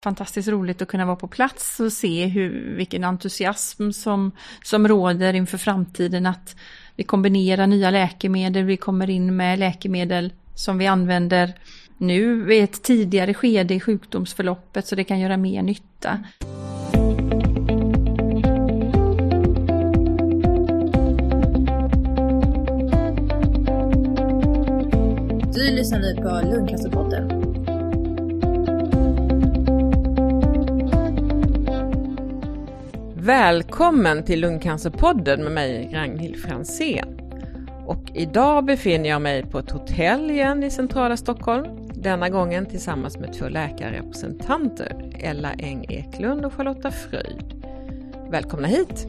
Fantastiskt roligt att kunna vara på plats och se vilken entusiasm som råder inför framtiden. Att vi kombinerar nya läkemedel, vi kommer in med läkemedel som vi använder nu i ett tidigare skede i sjukdomsförloppet så det kan göra mer nytta. Du lyssnar nu på Lungcancerpodden. Välkommen till Lungcancerpodden med mig Ragnhild Fransén. Och idag befinner jag mig på ett hotell igen i centrala Stockholm. Denna gången tillsammans med 2 läkarrepresentanter, Ella Eng Eklund och Charlotta Fröjd. Välkomna hit!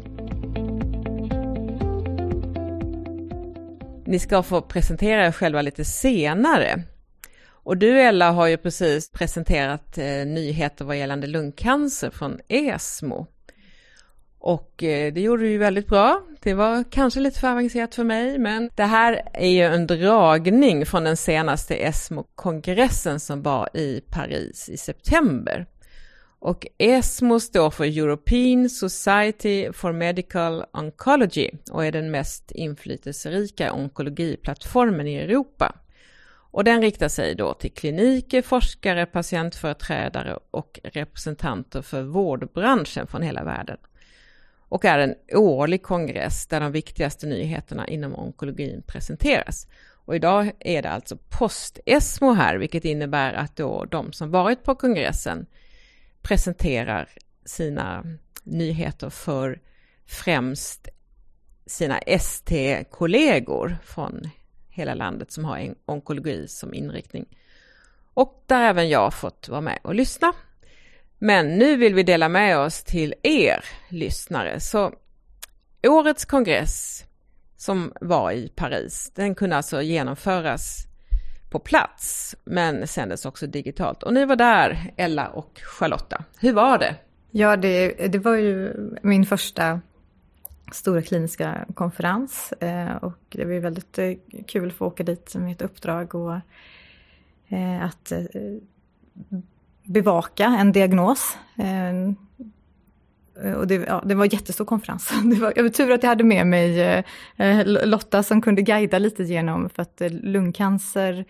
Ni ska få presentera er själva lite senare. Och du Ella har ju precis presenterat nyheter vad gällande lungcancer från ESMO. Och det gjorde du ju väldigt bra. Det var kanske lite för avancerat för mig, men det här är ju en dragning från den senaste ESMO-kongressen som var i Paris i september. Och ESMO står för European Society for Medical Oncology och är den mest inflytelserika onkologiplattformen i Europa. Och den riktar sig då till kliniker, forskare, patientföreträdare och representanter för vårdbranschen från hela världen. Och är en årlig kongress där de viktigaste nyheterna inom onkologin presenteras. Och idag är det alltså post-ESMO här, vilket innebär att då de som varit på kongressen presenterar sina nyheter för främst sina ST-kollegor från hela landet som har en onkologi som inriktning. Och där även jag fått vara med och lyssna. Men nu vill vi dela med oss till er lyssnare. Så årets kongress som var i Paris, den kunde alltså genomföras på plats men sändes också digitalt. Och ni var där, Ella och Charlotta. Hur var det? Ja, det var ju min första stora kliniska konferens och det var väldigt kul att få åka dit med ett uppdrag och att bevaka en diagnos. Och det var en jättestor konferens. Jag var tur att jag hade med mig Lotta som kunde guida lite genom, för att lungcancer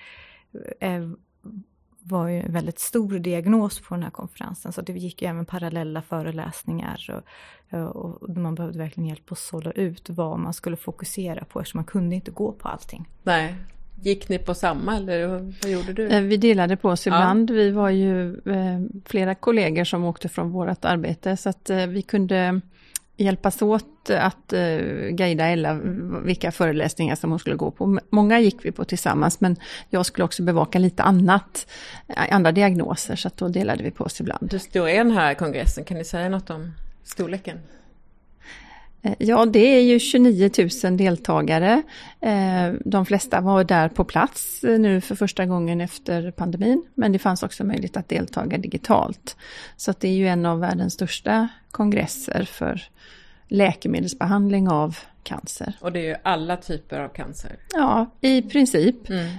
var ju en väldigt stor diagnos på den här konferensen. Så det gick ju även parallella föreläsningar och man behövde verkligen hjälp att sålla ut vad man skulle fokusera på, eftersom man kunde inte gå på allting. Nej. Gick ni på samma eller vad gjorde du? Vi delade på oss ibland. Ja. Vi var ju flera kollegor som åkte från vårt arbete så att vi kunde hjälpas åt att guida Ella vilka föreläsningar som hon skulle gå på. Många gick vi på tillsammans, men jag skulle också bevaka lite andra diagnoser, så att då delade vi på oss ibland. Hur stor är den här kongressen? Kan ni säga något om storleken? Ja, det är ju 29 000 deltagare. De flesta var där på plats nu för första gången efter pandemin. Men det fanns också möjlighet att delta digitalt. Så att det är ju en av världens största kongresser för läkemedelsbehandling av cancer. Och det är ju alla typer av cancer? Ja, i princip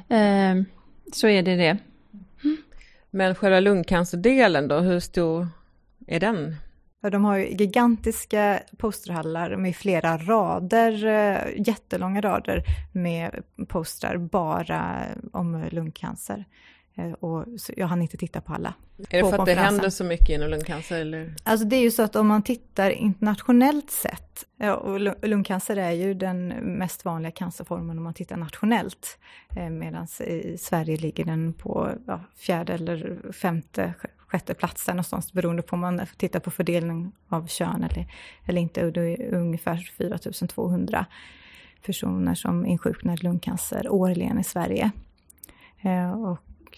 så är det det. Men själva lungcancerdelen då, hur stor är den? De har ju gigantiska posterhallar med flera rader, jättelånga rader med postrar bara om lungcancer. Och jag hann inte titta på alla. Är det för att det händer så mycket inom lungcancer? Eller? Alltså det är ju så att om man tittar internationellt sett, och lungcancer är ju den mest vanliga cancerformen om man tittar nationellt. Medan i Sverige ligger den på 4:e eller 5:e, 6:e platsen någonstans, beroende på om man tittar på fördelning av kön eller inte. Och det är ungefär 4 200 personer som insjuknar i lungcancer årligen i Sverige. Och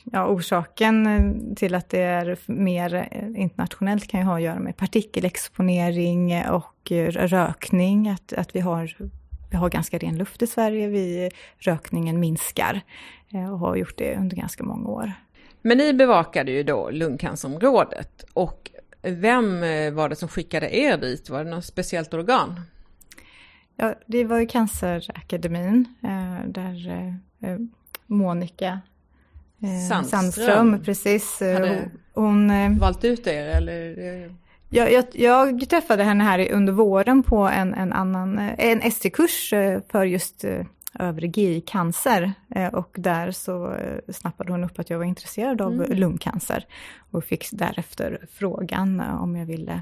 orsaken till att det är mer internationellt kan ju ha att göra med partikelexponering och rökning. Att vi har ganska ren luft i Sverige. Rökningen minskar och har gjort det under ganska många år. Men ni bevakade ju då lungcancerområdet, och vem var det som skickade er dit? Var det något speciellt organ? Ja, det var ju Cancerakademin där Monica Sandström, precis. Hon valt ut er eller? Jag träffade henne här under våren på en ST-kurs för just övre GI-cancer, och där så snappade hon upp att jag var intresserad av lungcancer och fick därefter frågan om jag ville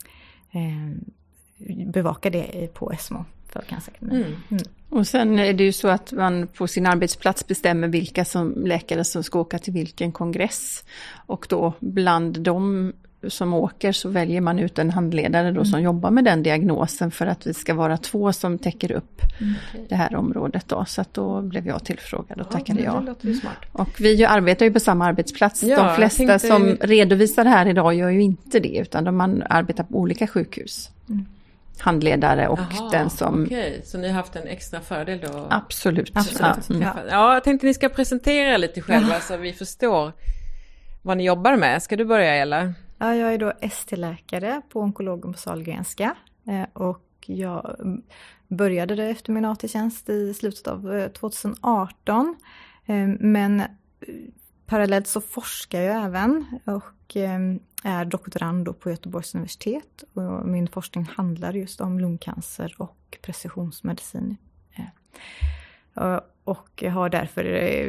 bevaka det på ESMO för Cancerakademin. Och sen är det ju så att man på sin arbetsplats bestämmer vilka läkare som ska åka till vilken kongress, och då bland dem som åker så väljer man ut en handledare då som jobbar med den diagnosen, för att vi ska vara 2 som täcker upp det här området då. Så att då blev jag tillfrågad och tackade jag. Det låter ju smart. Och vi arbetar ju på samma arbetsplats. De flesta som redovisar här idag gör ju inte det, utan man arbetar på olika sjukhus. Handledare och den som... Okej, så ni har haft en extra fördel då? Absolut. Ja, jag tänkte ni ska presentera lite själva så vi förstår vad ni jobbar med. Ska du börja, Ella? Ja, jag är då ST-läkare på onkologen på Sahlgrenska, och jag började det efter min AT-tjänst i slutet av 2018, men parallellt så forskar jag även och är doktorand på Göteborgs universitet, och min forskning handlar just om lungcancer och precisionsmedicin. Och jag har därför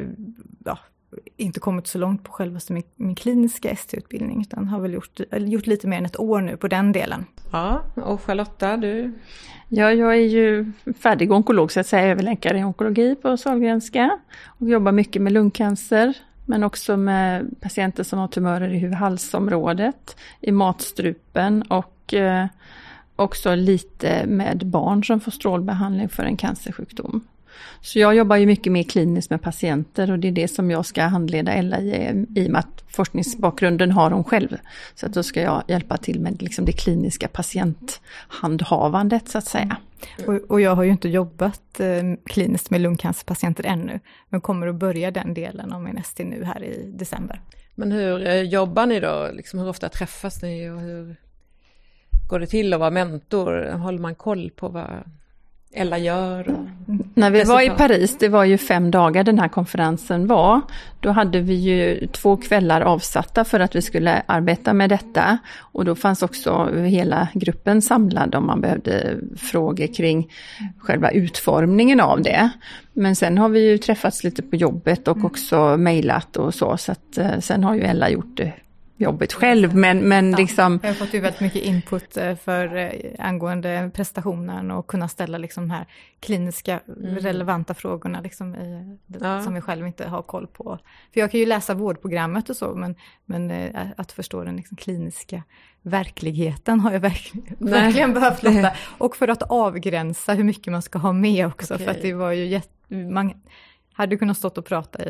inte kommit så långt på själva min kliniska ST-utbildning, utan har väl gjort lite mer än ett år nu på den delen. Ja, och Charlotta, du? Ja, jag är ju färdig onkolog, så att säga, överläkare i onkologi på Sahlgrenska, och jobbar mycket med lungcancer, men också med patienter som har tumörer i huvud-halsområdet, i matstrupen, och också lite med barn som får strålbehandling för en cancersjukdom. Så jag jobbar ju mycket mer kliniskt med patienter, och det är det som jag ska handleda Ella i och med att forskningsbakgrunden har hon själv. Så att då ska jag hjälpa till med liksom det kliniska patienthandhavandet, så att säga. Och jag har ju inte jobbat kliniskt med lungcancerpatienter ännu, men kommer att börja den delen av min ST nu här i december. Men hur jobbar ni då? Liksom, hur ofta träffas ni och hur går det till att vara mentor? Håller man koll på vad Ella gör? När vi var i Paris, det var ju 5 dagar den här konferensen var, då hade vi ju 2 kvällar avsatta för att vi skulle arbeta med detta, och då fanns också hela gruppen samlad om man behövde frågor kring själva utformningen av det. Men sen har vi ju träffats lite på jobbet och också mejlat och så att sen har ju Ella gjort det jobbet själv, men liksom... Jag har fått ju väldigt mycket input för angående prestationen och kunna ställa liksom de här kliniska relevanta frågorna liksom som vi själv inte har koll på. För jag kan ju läsa vårdprogrammet och så, men att förstå den liksom kliniska verkligheten har jag verkligen behövt låta. Och för att avgränsa hur mycket man ska ha med också, för att det var ju man hade kunnat stått och prata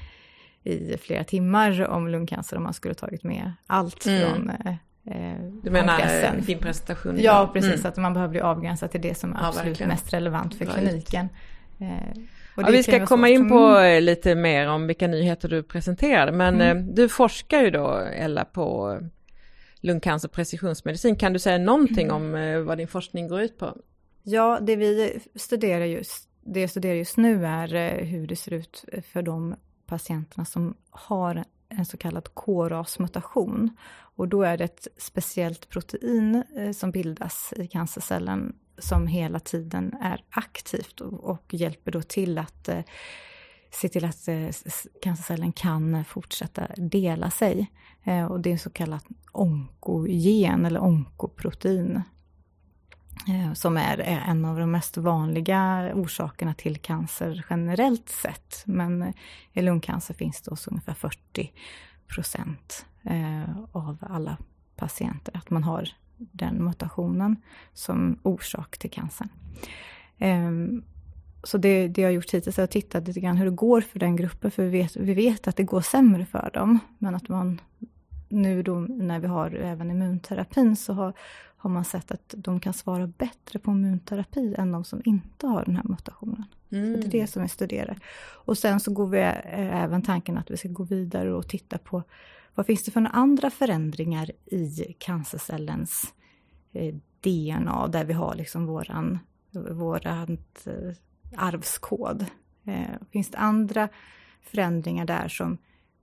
i flera timmar om lungcancer om man skulle tagit med allt från du menar din presentation? Ja, precis. Att man behöver bli avgränsad till det som är absolut mest relevant för kliniken. Och vi ska komma in på lite mer om vilka nyheter du presenterade. Men du forskar ju då, Ella, på lungcancer och precisionsmedicin. Kan du säga någonting om vad din forskning går ut på? Ja, det vi studerar just nu är hur det ser ut för de patienterna som har en så kallad KRAS-mutation. Och då är det ett speciellt protein som bildas i cancercellen som hela tiden är aktivt och hjälper då till att se till att cancercellen kan fortsätta dela sig. Och det är en så kallad onkogen eller onkoprotein, som är en av de mest vanliga orsakerna till cancer generellt sett. Men i lungcancer finns det också ungefär 40% av alla patienter att man har den mutationen som orsak till cancer. Så det jag har gjort hittills är att titta lite grann hur det går för den gruppen, för vi vet att det går sämre för dem, men att man nu då, när vi har även immunterapin, så har man sett att de kan svara bättre på immunterapi än de som inte har den här mutationen. Så det är det som vi studerar. Och sen så går vi även tanken att vi ska gå vidare och titta på vad finns det för andra förändringar i cancercellens DNA, där vi har liksom våran arvskod. Finns det andra förändringar där som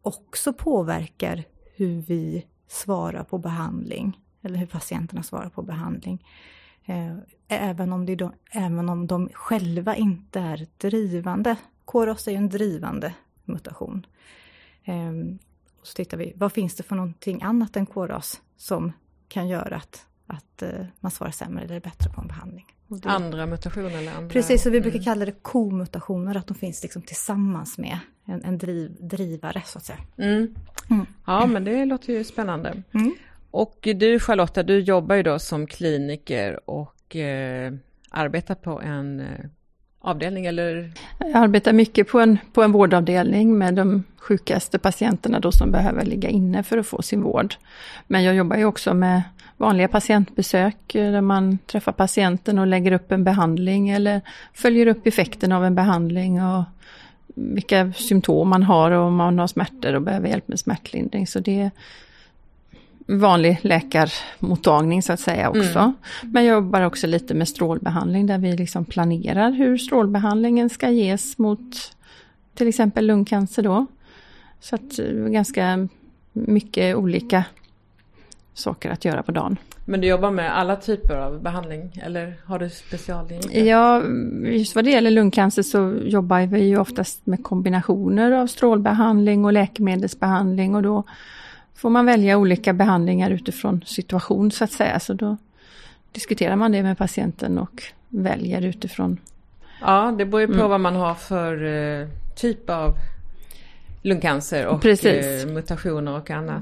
också påverkar hur vi svarar på behandling. Eller hur patienterna svarar på behandling. Även om de själva inte är drivande. KRAS är ju en drivande mutation. Och så tittar vi, vad finns det för någonting annat än KRAS som kan göra att man svarar sämre eller bättre på en behandling. Andra mutationer eller andra? Precis, så vi brukar kalla det komutationer, att de finns liksom tillsammans med en drivare så att säga. Ja, men det låter ju spännande. Och du Charlotta, du jobbar ju då som kliniker och arbetar på en avdelning eller? Jag arbetar mycket på en vårdavdelning med de sjukaste patienterna då som behöver ligga inne för att få sin vård. Men jag jobbar ju också med vanliga patientbesök där man träffar patienten och lägger upp en behandling eller följer upp effekten av en behandling och vilka symptom man har och om man har smärtor och behöver hjälp med smärtlindring. Så det är vanlig läkarmottagning så att säga också. Men jag jobbar också lite med strålbehandling där vi liksom planerar hur strålbehandlingen ska ges mot till exempel lungcancer då. Så att ganska mycket olika saker att göra på dagen. Men du jobbar med alla typer av behandling eller har du specialinriktning? Ja, just vad det gäller lungcancer så jobbar vi ju oftast med kombinationer av strålbehandling och läkemedelsbehandling och då får man välja olika behandlingar utifrån situation så att säga. Så då diskuterar man det med patienten och väljer utifrån. Ja, det beror ju på vad man har för typ av lungcancer och mutationer och annat.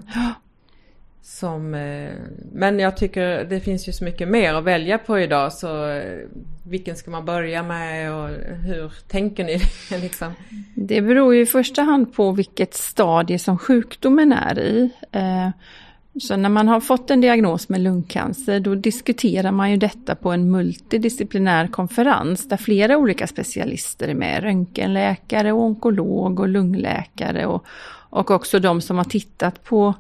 Men jag tycker det finns ju så mycket mer att välja på idag, så vilken ska man börja med och hur tänker ni liksom? Det beror ju i första hand på vilket stadie som sjukdomen är i. Så när man har fått en diagnos med lungcancer då diskuterar man ju detta på en multidisciplinär konferens där flera olika specialister är med. Röntgenläkare, onkolog och lungläkare och också de som har tittat på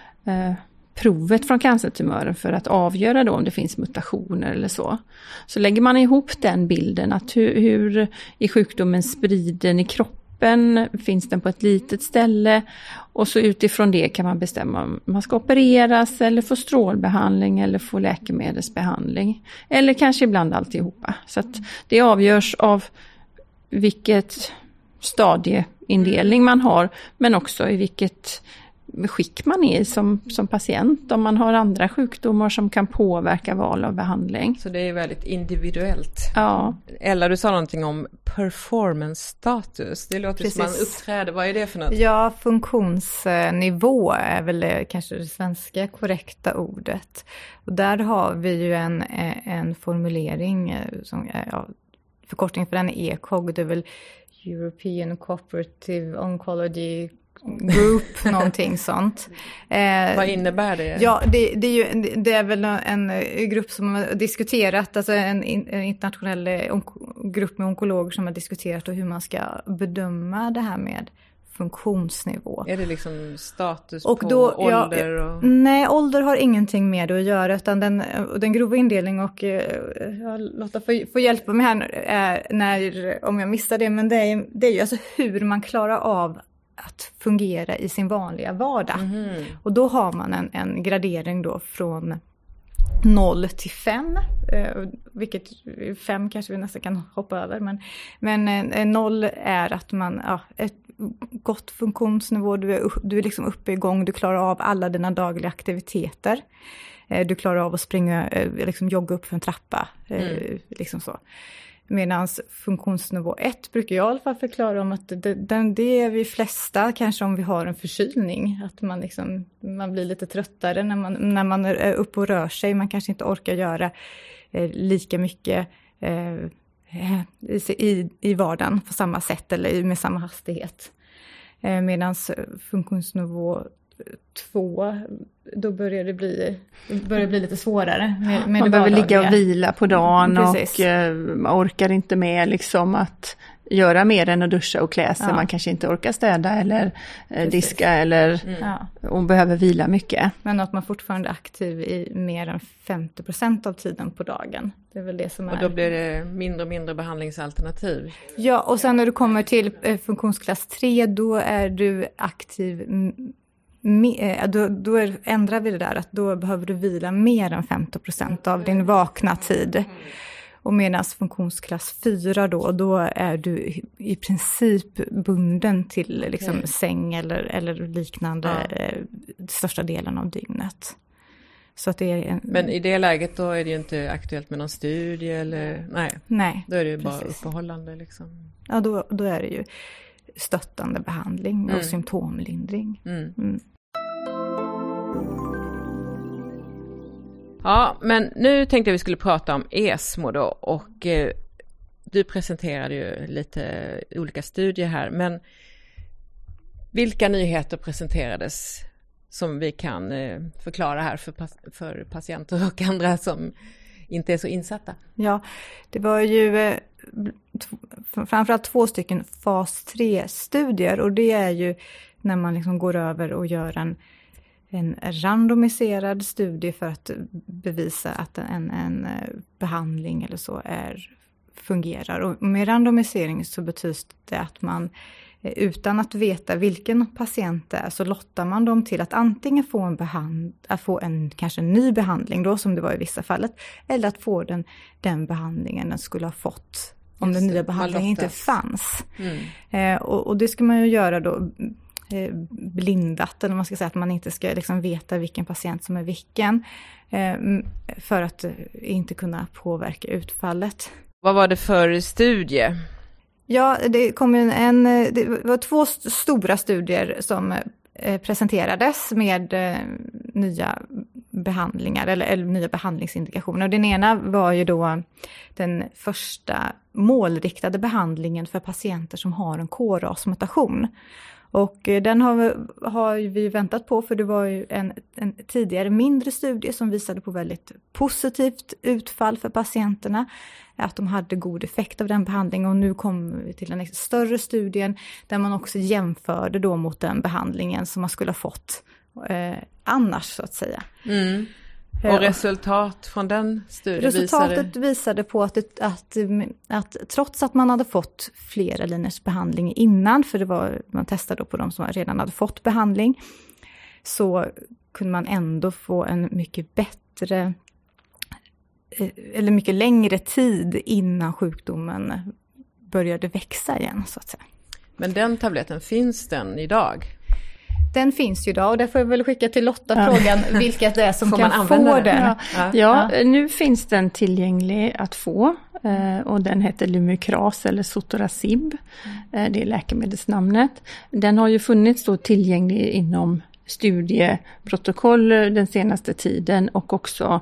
provet från cancertumören för att avgöra då om det finns mutationer eller så. Så lägger man ihop den bilden att hur är sjukdomen spriden i kroppen, finns den på ett litet ställe och så utifrån det kan man bestämma om man ska opereras eller få strålbehandling eller få läkemedelsbehandling eller kanske ibland alltihopa. Så att det avgörs av vilket stadieindelning man har men också i vilket skick man är som patient om man har andra sjukdomar som kan påverka val av behandling. Så det är väldigt individuellt. Ja. Eller du sa någonting om performance status. Det låter som man uppträder. Vad är det för något? Ja, funktionsnivå är väl kanske det svenska korrekta ordet. Och där har vi ju en formulering som förkortning för den är ECOG. Det är väl European Cooperative Oncology Group, någonting sånt. Vad innebär det? Ja, det är väl en grupp som har diskuterat, alltså en internationell grupp med onkologer som har diskuterat hur man ska bedöma det här med funktionsnivå. Är det liksom status och på då, ålder? Nej, ålder har ingenting med det att göra, utan den grova indelning och Lotta får hjälpa mig här om jag missar det, men det är ju alltså hur man klarar av att fungera i sin vanliga vardag. Och då har man en gradering då från 0 till 5, vilket 5 kanske vi nästan kan hoppa över, men 0 är att man ett gott funktionsnivå, du är liksom uppe igång, du klarar av alla dina dagliga aktiviteter. Du klarar av att springa, liksom jogga upp för en trappa, liksom så. Medan funktionsnivå 1 brukar jag i alla fall förklara om att det är vi flesta, kanske om vi har en förkylning. Att man blir lite tröttare när man är uppe och rör sig. Man kanske inte orkar göra lika mycket i vardagen på samma sätt eller med samma hastighet. Medan funktionsnivå 2, då börjar det bli lite svårare. Med man behöver ligga och vila på dagen och man orkar inte med liksom att göra mer än att duscha och klä sig. Man kanske inte orkar städa eller diska eller och behöver vila mycket. Men att man fortfarande är aktiv i mer än 50% av tiden på dagen. Det är väl det som är. Och då blir det mindre och mindre behandlingsalternativ. Ja, och sen när du kommer till funktionsklass 3, då är du aktiv. Då ändrar vi det där att då behöver du vila mer än 50% av din vakna tid. Och medan funktionsklass 4 då är du i princip bunden till liksom säng eller liknande största delen av dygnet. Så att det är Men i det läget då är det ju inte aktuellt med någon studie eller nej då är det ju bara uppehållande liksom. Ja, då är det ju stöttande behandling och symptomlindring. Ja, men nu tänkte jag vi skulle prata om ESMO då, och du presenterade ju lite olika studier här, men vilka nyheter presenterades som vi kan förklara här för patienter och andra som inte är så insatta? Ja, det var ju framförallt 2 stycken fas 3-studier, och det är ju när man liksom går över och gör en randomiserad studie för att bevisa att en behandling eller så fungerar. Och med randomisering så betyder det att man utan att veta vilken patient det är så lottar man dem till att antingen få en kanske en ny behandling då, som det var i vissa fallet, eller att få den behandlingen den skulle ha fått om den nya behandlingen inte fanns. Och det ska man ju göra då blindat, eller man ska säga att man inte ska liksom veta vilken patient som är vilken för att inte kunna påverka utfallet. Vad var det för studie? Ja, det var 2 stora studier som presenterades med nya behandlingar eller nya behandlingsindikationer. Och den ena var ju då den första målriktade behandlingen för patienter som har en KRAS-mutation. Och den har vi väntat på, för det var ju en tidigare mindre studie som visade på väldigt positivt utfall för patienterna. Att de hade god effekt av den behandlingen, och nu kommer vi till den större studien där man också jämförde då mot den behandlingen som man skulle ha fått annars så att säga. Och resultat från den studien visade på att trots att man hade fått flera linjers behandling innan, för man testade då på de som redan hade fått behandling, så kunde man ändå få en mycket bättre eller mycket längre tid innan sjukdomen började växa igen så att säga. Men den tabletten, finns den idag? Den finns ju idag, och där får jag väl skicka till Lotta frågan vilka det är som kan få den. Ja, nu finns den tillgänglig att få, och den heter Lumakras eller Sotorasib. Det är läkemedelsnamnet. Den har ju funnits då tillgänglig inom studieprotokoll den senaste tiden, och också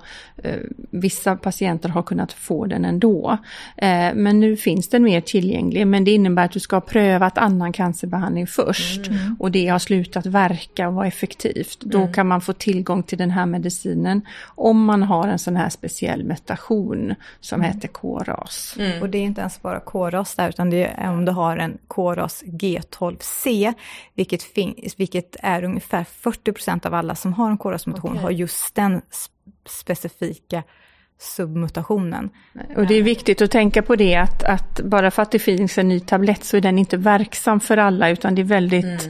vissa patienter har kunnat få den ändå. Men nu finns den mer tillgänglig, men det innebär att du ska ha prövat annan cancerbehandling först och det har slutat verka och vara effektivt. Då kan man få tillgång till den här medicinen om man har en sån här speciell mutation som heter KRAS. Och det är inte ens bara KRAS där, utan det är om du har en KRAS G12C, vilket är ungefär 40% av alla som har en KRAS-mutation har just den specifika submutationen. Och det är viktigt att tänka på det, att bara för att det finns en ny tablett så är den inte verksam för alla, utan det är väldigt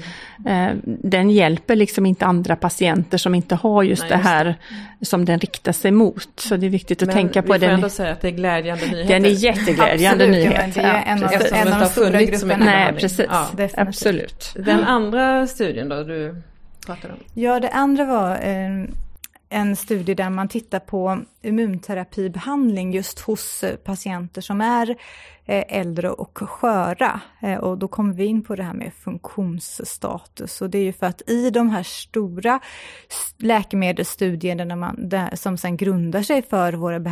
den hjälper liksom inte andra patienter som inte har just det här som den riktar sig mot. Så det är viktigt att tänka på den. Men vi får ändå säga att det är glädjande nyheter. Den är jätteglädjande nyhet. Det är en av de stora grupperna. Nej, precis. Ja, absolut. Den andra studien då du pratade om? Ja, det andra var en studie där man tittar på immunterapibehandling just hos patienter som är äldre och sköra. Och då kommer vi in på det här med funktionsstatus. Och det är ju för att i de här stora läkemedelsstudierna som sen grundar sig för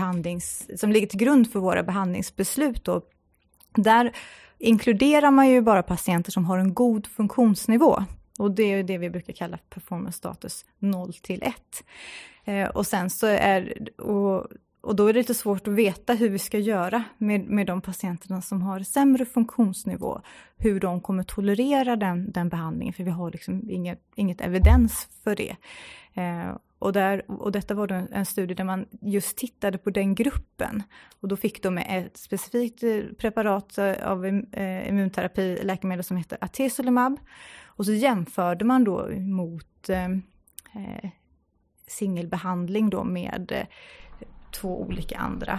som ligger till grund för våra behandlingsbeslut då, där inkluderar man ju bara patienter som har en god funktionsnivå. Och det är det vi brukar kalla performance status 0-1. Och sen så Och då är det lite svårt att veta hur vi ska göra med de patienterna som har sämre funktionsnivå. Hur de kommer tolerera den behandlingen, för vi har liksom inget evidens för det. Och detta var då en studie där man just tittade på den gruppen. Och då fick de ett specifikt preparat av immunterapi, läkemedel som heter atezolizumab. Och så jämförde man då mot singelbehandling då med 2 olika andra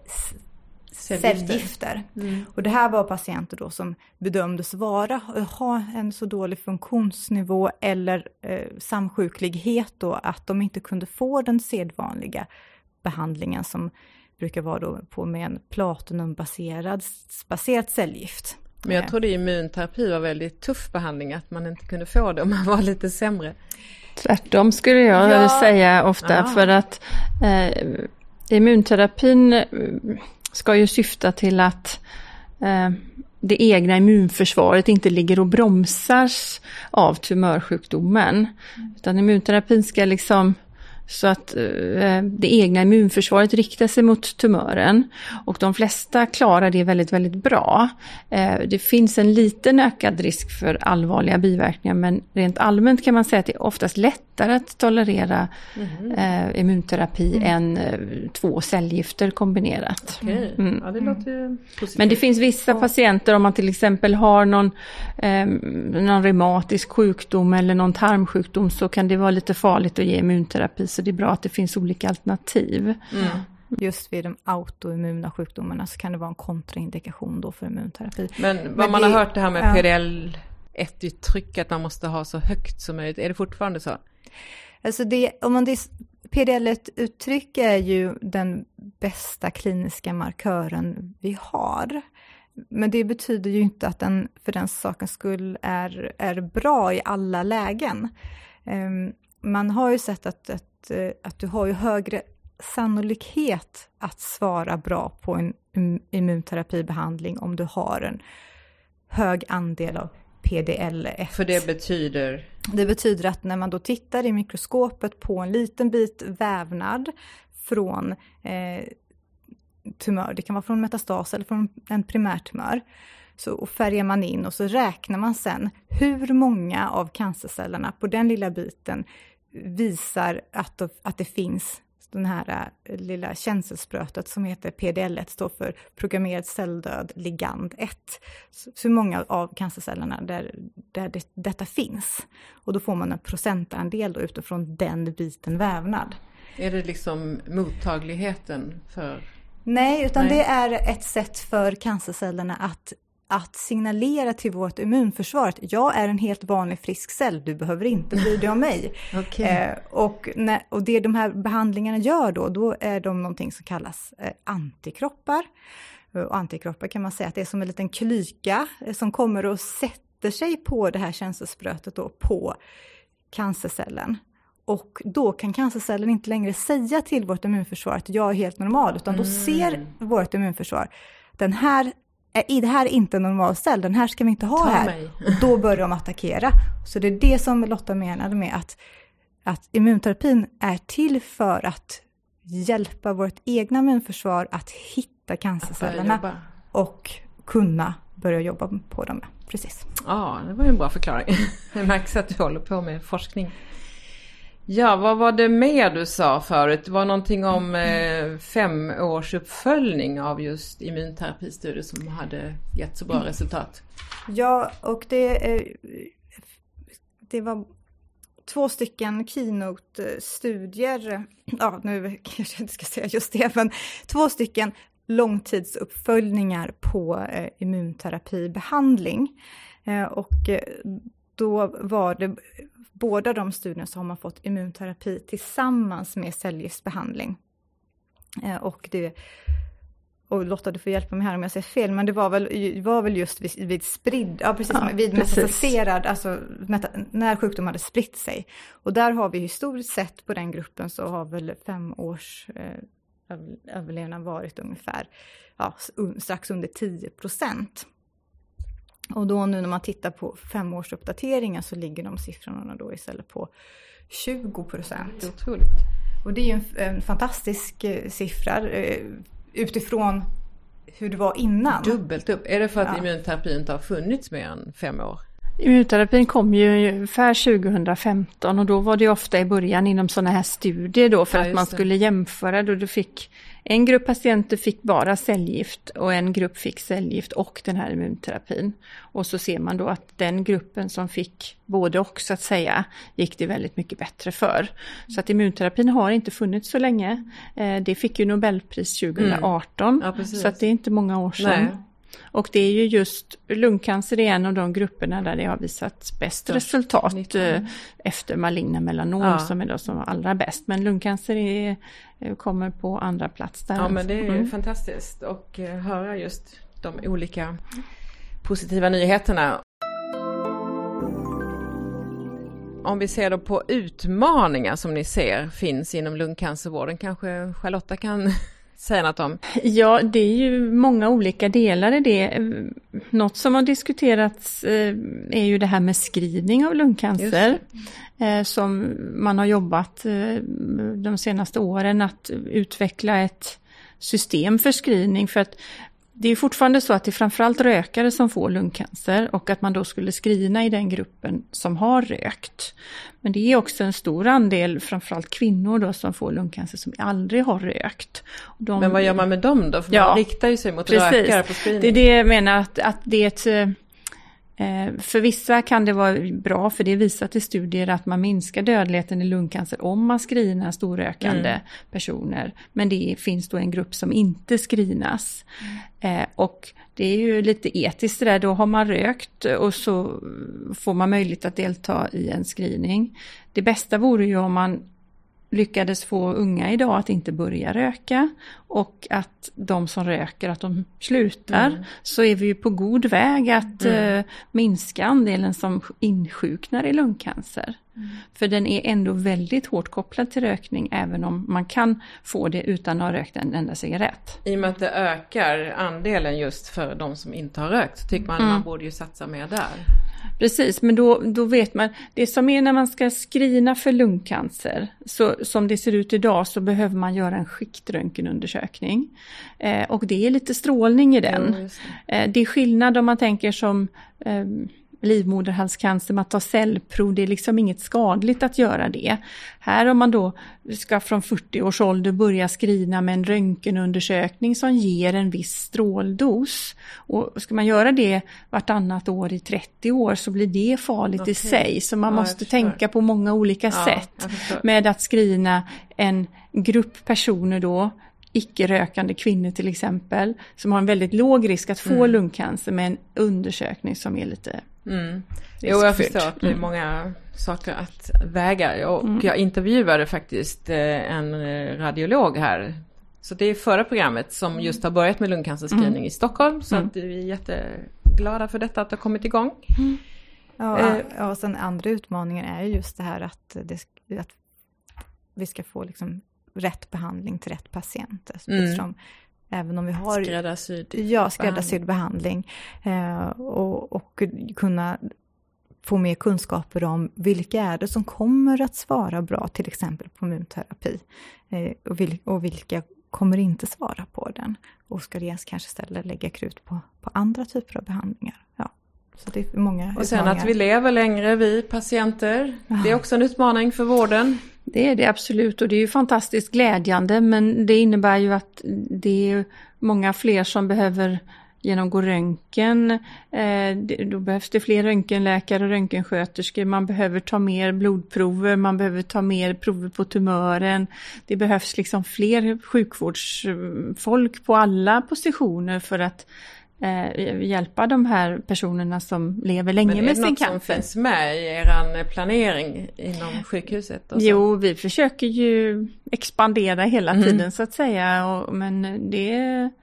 cellgifter. Och det här var patienter då som bedömdes ha en så dålig funktionsnivå eller samsjuklighet då att de inte kunde få den sedvanliga behandlingen som brukar vara då på med en platinumbaserat cellgift. Men jag trodde immunterapi var väldigt tuff behandling, att man inte kunde få det om man var lite sämre. Tvärtom skulle jag säga ofta, för att immunterapin ska ju syfta till att det egna immunförsvaret inte ligger och bromsas av tumörsjukdomen. Utan immunterapin ska liksom så att det egna immunförsvaret riktar sig mot tumören. Och de flesta klarar det väldigt, väldigt bra. Det finns en liten ökad risk för allvarliga biverkningar, men rent allmänt kan man säga att det är oftast lättare att tolerera immunterapi än 2 cellgifter kombinerat. Okej. Ja, det låter positivt. Men det finns vissa patienter, om man till exempel har någon reumatisk sjukdom eller någon tarmsjukdom, så kan det vara lite farligt att ge immunterapi. Så det är bra att det finns olika alternativ. Just vid de autoimmuna sjukdomarna så kan det vara en kontraindikation då för immunterapi. Men man har hört det här med PDL1-uttryck, att man måste ha så högt som möjligt. Är det fortfarande så? Alltså PDL1-uttryck är ju den bästa kliniska markören vi har. Men det betyder ju inte att den för den sakens skull är bra i alla lägen. Man har ju sett att du har ju högre sannolikhet att svara bra på en immunterapibehandling om du har en hög andel av PDL1. För det betyder? Det betyder att när man då tittar i mikroskopet på en liten bit vävnad från tumör, det kan vara från metastas eller från en primärtumör, så färgar man in och så räknar man sen hur många av cancercellerna på den lilla biten visar att det finns den här lilla känselsprötet som heter PDL1, står för programmerad celldöd ligand 1. Så hur många av cancercellerna där detta finns. Och då får man en procentandel då utifrån den biten vävnad. Är det liksom mottagligheten för? Nej, utan det är ett sätt för cancercellerna att signalera till vårt immunförsvar att jag är en helt vanlig frisk cell, du behöver inte bry dig om mig. Okay. Och det de här behandlingarna gör då är de någonting som kallas antikroppar. Och antikroppar kan man säga att det är som en liten klyka som kommer och sätter sig på det här känselsprötet då, på cancercellen. Och då kan cancercellen inte längre säga till vårt immunförsvar att jag är helt normal, utan då ser vårt immunförsvar det här är inte en normal cell, den här ska vi inte ha här. Och då börjar de attackera. Så det är det som Lotta menade med att immunterapin är till för att hjälpa vårt egna immunförsvar att hitta cancercellerna och kunna börja jobba på dem. Precis. Ja, det var ju en bra förklaring. Det märks att du håller på med forskning. Ja, vad var det mer du sa förut? Det var någonting om 5 års uppföljning av just immunterapistudier som hade gett så bra resultat. Ja, och det var 2 stycken keynote-studier. Ja, nu kanske jag inte ska säga just det, men 2 stycken långtidsuppföljningar på immunterapibehandling. Och då var det båda de studierna så har man fått immunterapi tillsammans med cellgiftsbehandling. Och Lotta, du får hjälpa mig här om jag säger fel, men det var väl just vid vid metastaserad, alltså när sjukdom hade spritt sig. Och där har vi historiskt sett på den gruppen så har väl 5 års överlevnad varit ungefär strax under 10%. Och då nu när man tittar på 5-årsuppdateringen så ligger de siffrorna då istället på 20%. Det är otroligt. Och det är ju en fantastisk siffra utifrån hur det var innan. Dubbelt upp. Är det för att immunterapin inte har funnits mer än 5 år? Immunterapin kom ju ungefär 2015 och då var det ofta i början inom sådana här studier då för att man skulle jämföra. Då du fick en grupp patienter fick bara cellgift och en grupp fick cellgift och den här immunterapin. Och så ser man då att den gruppen som fick både och så att säga gick det väldigt mycket bättre för. Så att immunterapin har inte funnits så länge. Det fick ju Nobelpris 2018 så att det är inte många år sedan. Nej. Och det är ju just lungcancer är en av de grupperna där det har visat bäst resultat efter maligna melanom som är då som allra bäst. Men lungcancer kommer på andra plats där. Ja, men det är fantastiskt att höra just de olika positiva nyheterna. Om vi ser då på utmaningar som ni ser finns inom lungcancervården, kanske Charlotta kan säga något om? Ja, det är ju många olika delar i det. Något som har diskuterats är ju det här med screening av lungcancer. Som man har jobbat de senaste åren att utveckla ett system för screening. För att det är fortfarande så att det är framförallt rökare som får lungcancer och att man då skulle screena i den gruppen som har rökt. Men det är också en stor andel, framförallt kvinnor då, som får lungcancer som aldrig har rökt. Men vad gör man med dem då? För man riktar ju sig mot rökare på screening. Det är det jag menar, att det är ett... För vissa kan det vara bra, för det är visat i studier att man minskar dödligheten i lungcancer om man screenar storrökande personer. Men det finns då en grupp som inte screenas. Och det är ju lite etiskt det där, då har man rökt och så får man möjlighet att delta i en screening. Det bästa vore ju om man lyckades få unga idag att inte börja röka och att de som röker att de slutar, så är vi ju på god väg att minska andelen som insjuknar i lungcancer. För den är ändå väldigt hårt kopplad till rökning, även om man kan få det utan att ha rökt en enda cigarett. I och med att det ökar andelen just för de som inte har rökt, tycker man borde ju satsa mer där. Precis, men då vet man, det som är när man ska screena för lungcancer, så som det ser ut idag så behöver man göra en skiktröntgenundersökning. Och det är lite strålning i den. Det är skillnad om man tänker som livmoderhalscancer, man tar cellprov, det är liksom inget skadligt att göra det. Här om man då ska från 40 års ålder börja screena med en röntgenundersökning som ger en viss stråldos. Och ska man göra det vartannat år i 30 år så blir det farligt i sig. Så man måste tänka på många olika sätt med att screena en grupp personer då, icke-rökande kvinnor till exempel, som har en väldigt låg risk att få lungcancer med en undersökning som är lite Jo, jag förstår att det är många saker att väga. Och jag intervjuade faktiskt en radiolog här. Så det är förra programmet som just har börjat med lungcancerscreening i Stockholm. Så att vi är jätteglada för detta att det har kommit igång. Och sen andra utmaningen är just det här att vi ska få liksom rätt behandling till rätt patient. Eftersom även om vi har skräddarsydd behandling och kunna få mer kunskaper om vilka är det som kommer att svara bra till exempel på immunterapi och vilka kommer inte svara på den och ska det kanske istället lägga krut på andra typer av behandlingar. Ja. Så det är många och sen att vi lever längre, vi patienter, det är också en utmaning för vården. Det är det absolut, och det är ju fantastiskt glädjande, men det innebär ju att det är många fler som behöver genomgå röntgen. Då behövs det fler röntgenläkare och röntgensköterskor. Man behöver ta mer blodprover, man behöver ta mer prover på tumören. Det behövs liksom fler sjukvårdsfolk på alla positioner för att hjälpa de här personerna som lever länge med sin cancer. Men är det något som finns med i er planering inom sjukhuset? Jo, vi försöker ju expandera hela tiden så att säga. Men det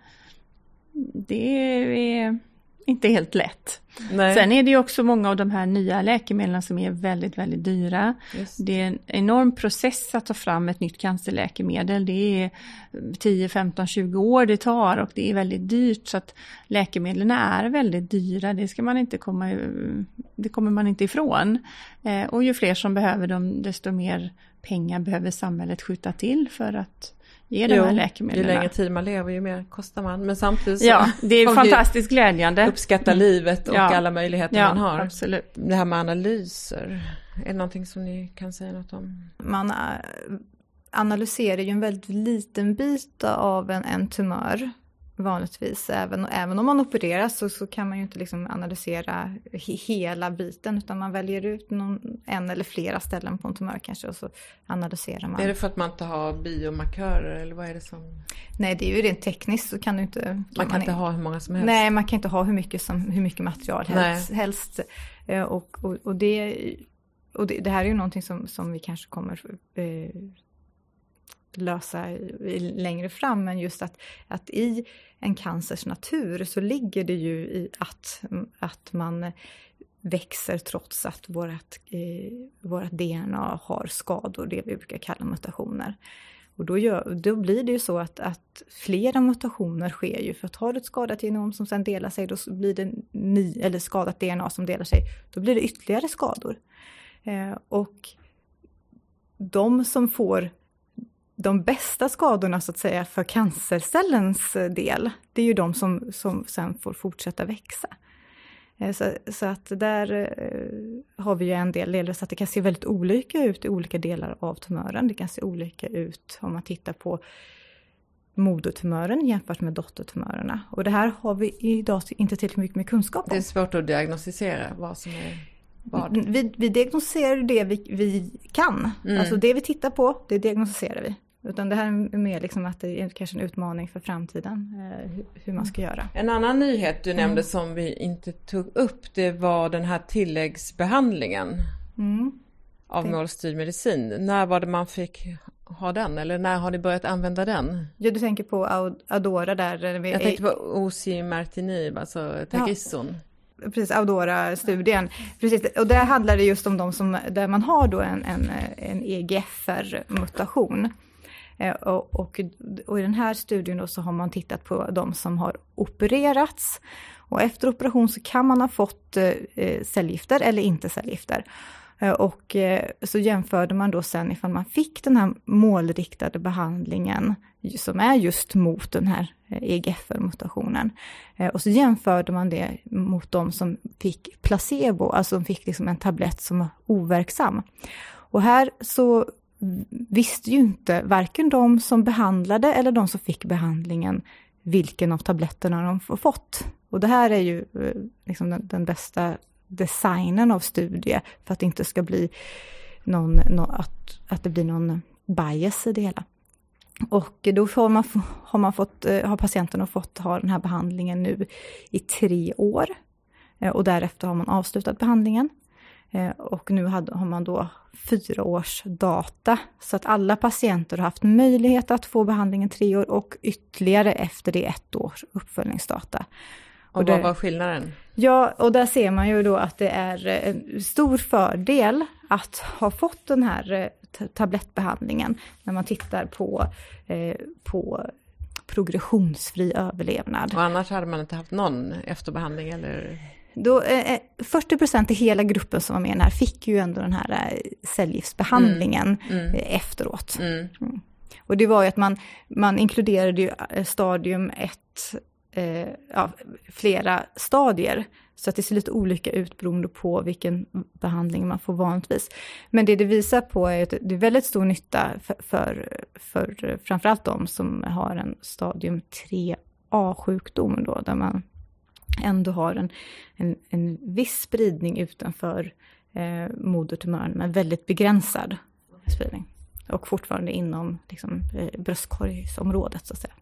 är inte helt lätt. Nej. Sen är det ju också många av de här nya läkemedlen som är väldigt, väldigt dyra. Just. Det är en enorm process att ta fram ett nytt cancerläkemedel. Det är 10, 15, 20 år det tar och det är väldigt dyrt. Så att läkemedlen är väldigt dyra. Det kommer man inte ifrån. Och ju fler som behöver dem, desto mer pengar behöver samhället skjuta till för att ge de här läkemedlen? Ju längre tid man lever, ju mer kostar man. Men samtidigt så det är fantastiskt glädjande. Uppskatta livet och alla möjligheter man har. Absolut. Det här med analyser, är det någonting som ni kan säga något om? Man analyserar ju en väldigt liten bit av en tumör vanligtvis. Även om man opereras så kan man ju inte liksom analysera hela biten, utan man väljer ut en eller flera ställen på en tumör kanske, och så analyserar man. Är det för att man inte har biomarkörer eller vad är det som? Nej, det är ju rent tekniskt, så kan du inte... Man kan inte ha hur många som helst. Nej, man kan inte ha hur mycket material helst. Och det här är ju någonting som vi kanske kommer lösa längre fram, men just att i en cancers natur så ligger det ju i att man växer trots att vårt DNA har skador, det vi brukar kalla mutationer. Och då blir det ju så att flera mutationer sker ju, för att har du ett skadat genom som sedan delar sig, då blir det eller skadat DNA som delar sig, då blir det ytterligare skador. Och de som får de bästa skadorna så att säga för cancercellens del, det är ju de som sen får fortsätta växa. Så att där har vi ju en del så att det kan se väldigt olika ut i olika delar av tumören. Det kan se olika ut om man tittar på modertumören jämfört med dottertumörerna. Och det här har vi idag inte tillräckligt mycket med kunskap om. Det är svårt att diagnostisera vad som är vad. Vi diagnostiserar det vi kan. Alltså det vi tittar på, det diagnostiserar vi. Utan det här är mer liksom att det är kanske en utmaning för framtiden, hur man ska göra. En annan nyhet du nämnde som vi inte tog upp, det var den här tilläggsbehandlingen av målstyrd medicin. När var det man fick ha den? Eller när har ni börjat använda den? Ja, du tänker på Audora där. Jag tänkte på osimertinib, alltså Tagrisson. Ja. Precis, Audora-studien. Precis, och där handlar det just om de där man har då en EGFR-mutation. Och i den här studien då så har man tittat på de som har opererats. Och efter operation så kan man ha fått cellgifter eller inte cellgifter. Och så jämförde man då sen ifall man fick den här målriktade behandlingen som är just mot den här EGFR-mutationen. Och så jämförde man det mot de som fick placebo, alltså de fick liksom en tablett som var overksam. Och här så visste ju inte varken de som behandlade eller de som fick behandlingen vilken av tabletterna de får fått. Och det här är ju liksom den bästa designen av studie för att det inte ska bli att det blir någon bias i det hela. Och då har patienterna fått ha den här behandlingen nu i 3 år. Och därefter har man avslutat behandlingen. Och nu har man då 4 års data. Så att alla patienter har haft möjlighet att få behandlingen 3 år och ytterligare efter det 1 års uppföljningsdata. Och vad var skillnaden? Ja, och där ser man ju då att det är en stor fördel att ha fått den här tablettbehandlingen när man tittar på progressionsfri överlevnad. Och annars hade man inte haft någon efterbehandling eller? Då, 40% i hela gruppen som var med här fick ju ändå den här cellgiftsbehandlingen efteråt. Och det var ju att man inkluderade ju stadium 1, flera stadier. Så att det ser lite olika ut beroende på vilken behandling man får vanligtvis. Men det visar på är att det är väldigt stor nytta för framförallt de som har en stadium 3A-sjukdom då, där man ändå har en viss spridning utanför modertumören, men väldigt begränsad spridning. Och fortfarande inom liksom, bröstkorgsområdet så att säga.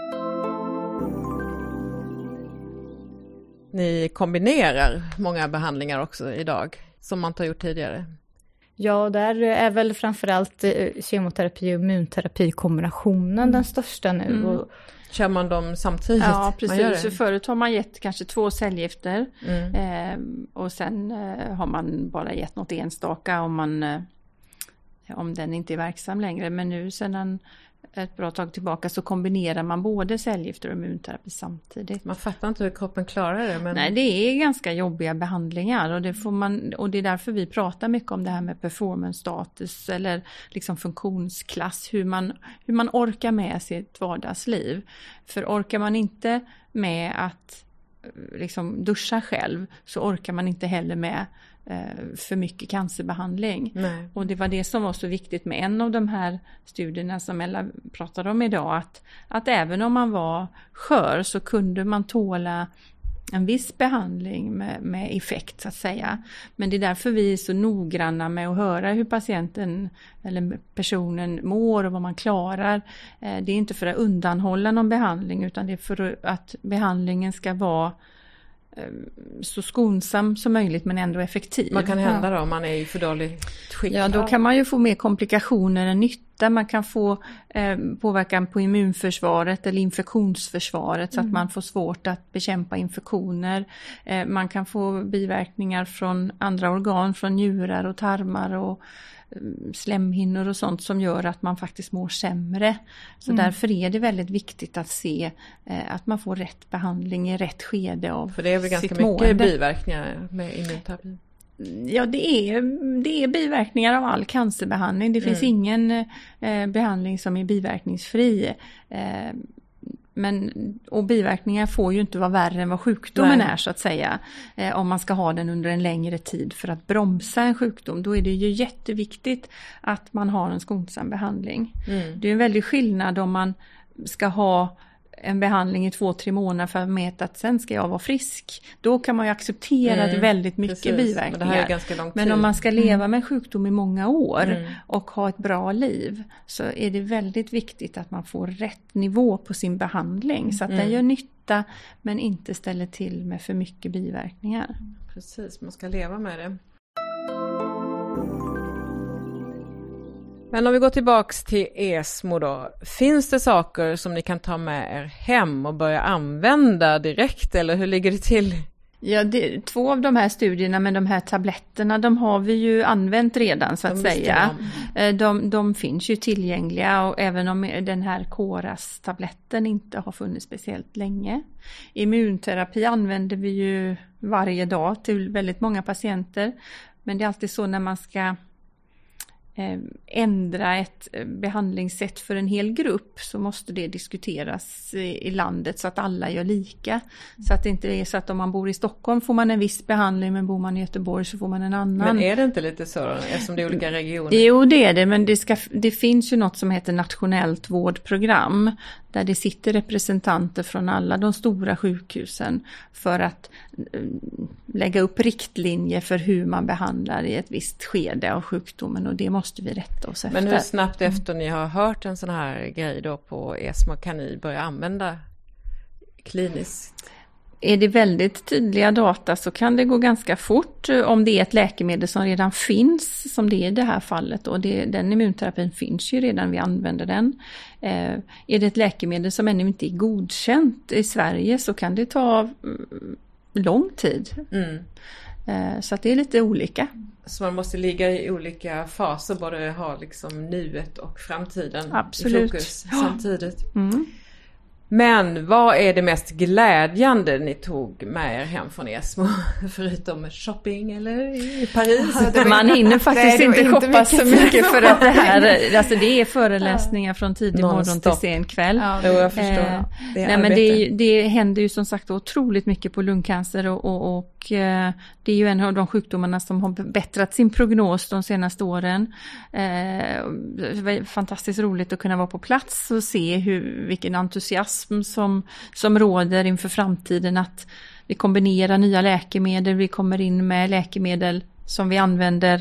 Ni kombinerar många behandlingar också idag, som man inte har gjort tidigare. Ja, där är väl framförallt kemoterapi och immunterapi-kombinationen den största nu. Och kör man dem samtidigt? Ja, precis. Så förut har man gett kanske 2 cellgifter och sen har man bara gett något enstaka om den inte är verksam längre. Men nu sedan ett bra tag tillbaka så kombinerar man både cellgifter och immunterapi samtidigt. Man fattar inte hur kroppen klarar det. Men... Nej, det är ganska jobbiga behandlingar och det är därför vi pratar mycket om det här med performance status eller liksom funktionsklass, hur man orkar med sitt vardagsliv. För orkar man inte med att liksom duscha själv så orkar man inte heller med för mycket cancerbehandling. Nej. Och det var det som var så viktigt med en av de här studierna som Ella pratade om idag, att även om man var skör så kunde man tåla en viss behandling med effekt så att säga. Men det är därför vi är så noggranna med att höra hur patienten eller personen mår och vad man klarar. Det är inte för att undanhålla någon behandling utan det är för att behandlingen ska vara så skonsam som möjligt men ändå effektiv. Vad kan hända då om man är i för dåligt skick? Ja, då kan man ju få mer komplikationer än nytta. Man kan få påverkan på immunförsvaret eller infektionsförsvaret så att man får svårt att bekämpa infektioner. Man kan få biverkningar från andra organ, från njurar och tarmar och slemhinnor och sånt som gör att man faktiskt mår sämre. Så därför är det väldigt viktigt att se att man får rätt behandling i rätt skede av sitt mående. För det är väl ganska mycket biverkningar med immunterapi? Ja, det är biverkningar av all cancerbehandling. Det finns ingen behandling som är biverkningsfri. Och biverkningar får ju inte vara värre än vad sjukdomen är så att säga. Om man ska ha den under en längre tid för att bromsa en sjukdom. Då är det ju jätteviktigt att man har en skonsam behandling. Det är en väldig skillnad om man ska ha en behandling i 2-3 månader för att mäta att sen ska jag vara frisk. Då kan man ju acceptera det väldigt mycket biverkningar. Men, det här är ganska lång tid. Men om man ska leva med sjukdom i många år och ha ett bra liv så är det väldigt viktigt att man får rätt nivå på sin behandling så att den gör nytta men inte ställer till med för mycket biverkningar. Precis, man ska leva med det. Men om vi går tillbaks till ESMO då. Finns det saker som ni kan ta med er hem och börja använda direkt eller hur ligger det till? Ja, 2 av de här studierna med de här tabletterna, de har vi ju använt redan så att säga. De finns ju tillgängliga och även om den här KORAS-tabletten inte har funnits speciellt länge. Immunterapi använder vi ju varje dag till väldigt många patienter. Men det är alltid så när man ska ändra ett behandlingssätt för en hel grupp så måste det diskuteras i landet så att alla gör lika. Så att det inte är så att om man bor i Stockholm får man en viss behandling men bor man i Göteborg så får man en annan. Men är det inte lite så eftersom det är olika regioner? Jo, det är det, men det finns ju något som heter nationellt vårdprogram där det sitter representanter från alla de stora sjukhusen för att lägga upp riktlinjer för hur man behandlar i ett visst skede av sjukdomen och det måste vi rätta oss efter. Men hur snabbt efter ni har hört en sån här grej då på ESMO kan ni börja använda kliniskt? Är det väldigt tydliga data så kan det gå ganska fort om det är ett läkemedel som redan finns som det är i det här fallet och den immunterapin finns ju redan, vi använder den. Är det ett läkemedel som ännu inte är godkänt i Sverige så kan det ta lång tid. Så att det är lite olika. Så man måste ligga i olika faser, både ha liksom nuet och framtiden Absolut. I fokus samtidigt. Men vad är det mest glädjande ni tog med er hem från ESMO? Förutom shopping eller i Paris? Man hinner faktiskt inte shoppa så mycket för att det här, alltså det är föreläsningar från tidig morgon till sen kväll. Ja, jag förstår. Men det händer ju som sagt otroligt mycket på lungcancer och det är ju en av de sjukdomarna som har bättrat sin prognos de senaste åren. Det var fantastiskt roligt att kunna vara på plats och se vilken entusiasm som råder inför framtiden, att vi kombinerar nya läkemedel, vi kommer in med läkemedel som vi använder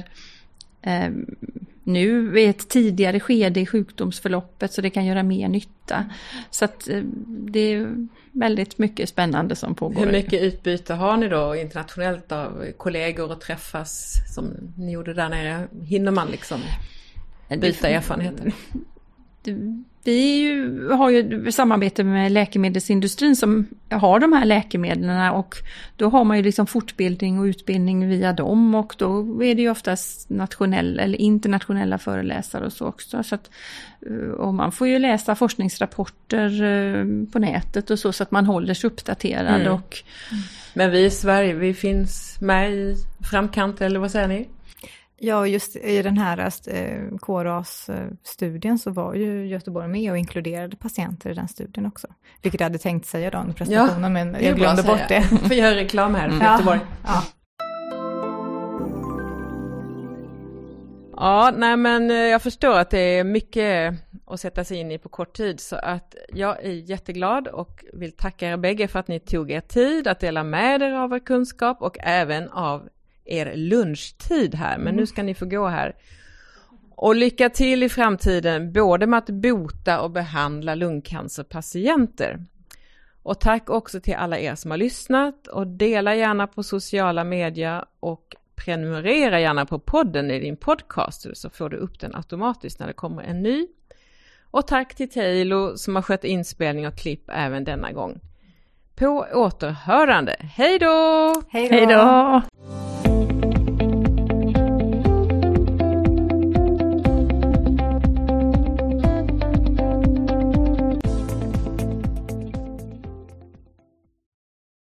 nu i ett tidigare skede i sjukdomsförloppet så det kan göra mer nytta. Så att det är väldigt mycket spännande som pågår. Hur mycket utbyte har ni då internationellt av kollegor och träffas som ni gjorde där nere? Hinner man liksom byta erfarenheter? Vi har ju samarbete med läkemedelsindustrin som har de här läkemedlen, och då har man ju liksom fortbildning och utbildning via dem, och då är det ju oftast nationella eller internationella föreläsare och så också. Så att, och man får ju läsa forskningsrapporter på nätet och så att man håller sig uppdaterad. Men vi i Sverige, vi finns med i framkant, eller vad säger ni? Ja, just i den här KRAS-studien så var ju Göteborg med och inkluderade patienter i den studien också. Vilket jag hade tänkt säga då under presentationen, men jag glömde bort det. För jag gör reklam här för Göteborg. Ja. Ja, nej men jag förstår att det är mycket att sätta sig in i på kort tid, så att jag är jätteglad och vill tacka er bägge för att ni tog er tid att dela med er av er kunskap och även av er lunchtid här. Men nu ska ni få gå här. Och lycka till i framtiden både med att bota och behandla lungcancerpatienter. Och tack också till alla er som har lyssnat, och dela gärna på sociala medier och prenumerera gärna på podden i din podcast, så får du upp den automatiskt när det kommer en ny. Och tack till Taylor som har skött inspelning och klipp även denna gång. På återhörande. Hej då! Hej då!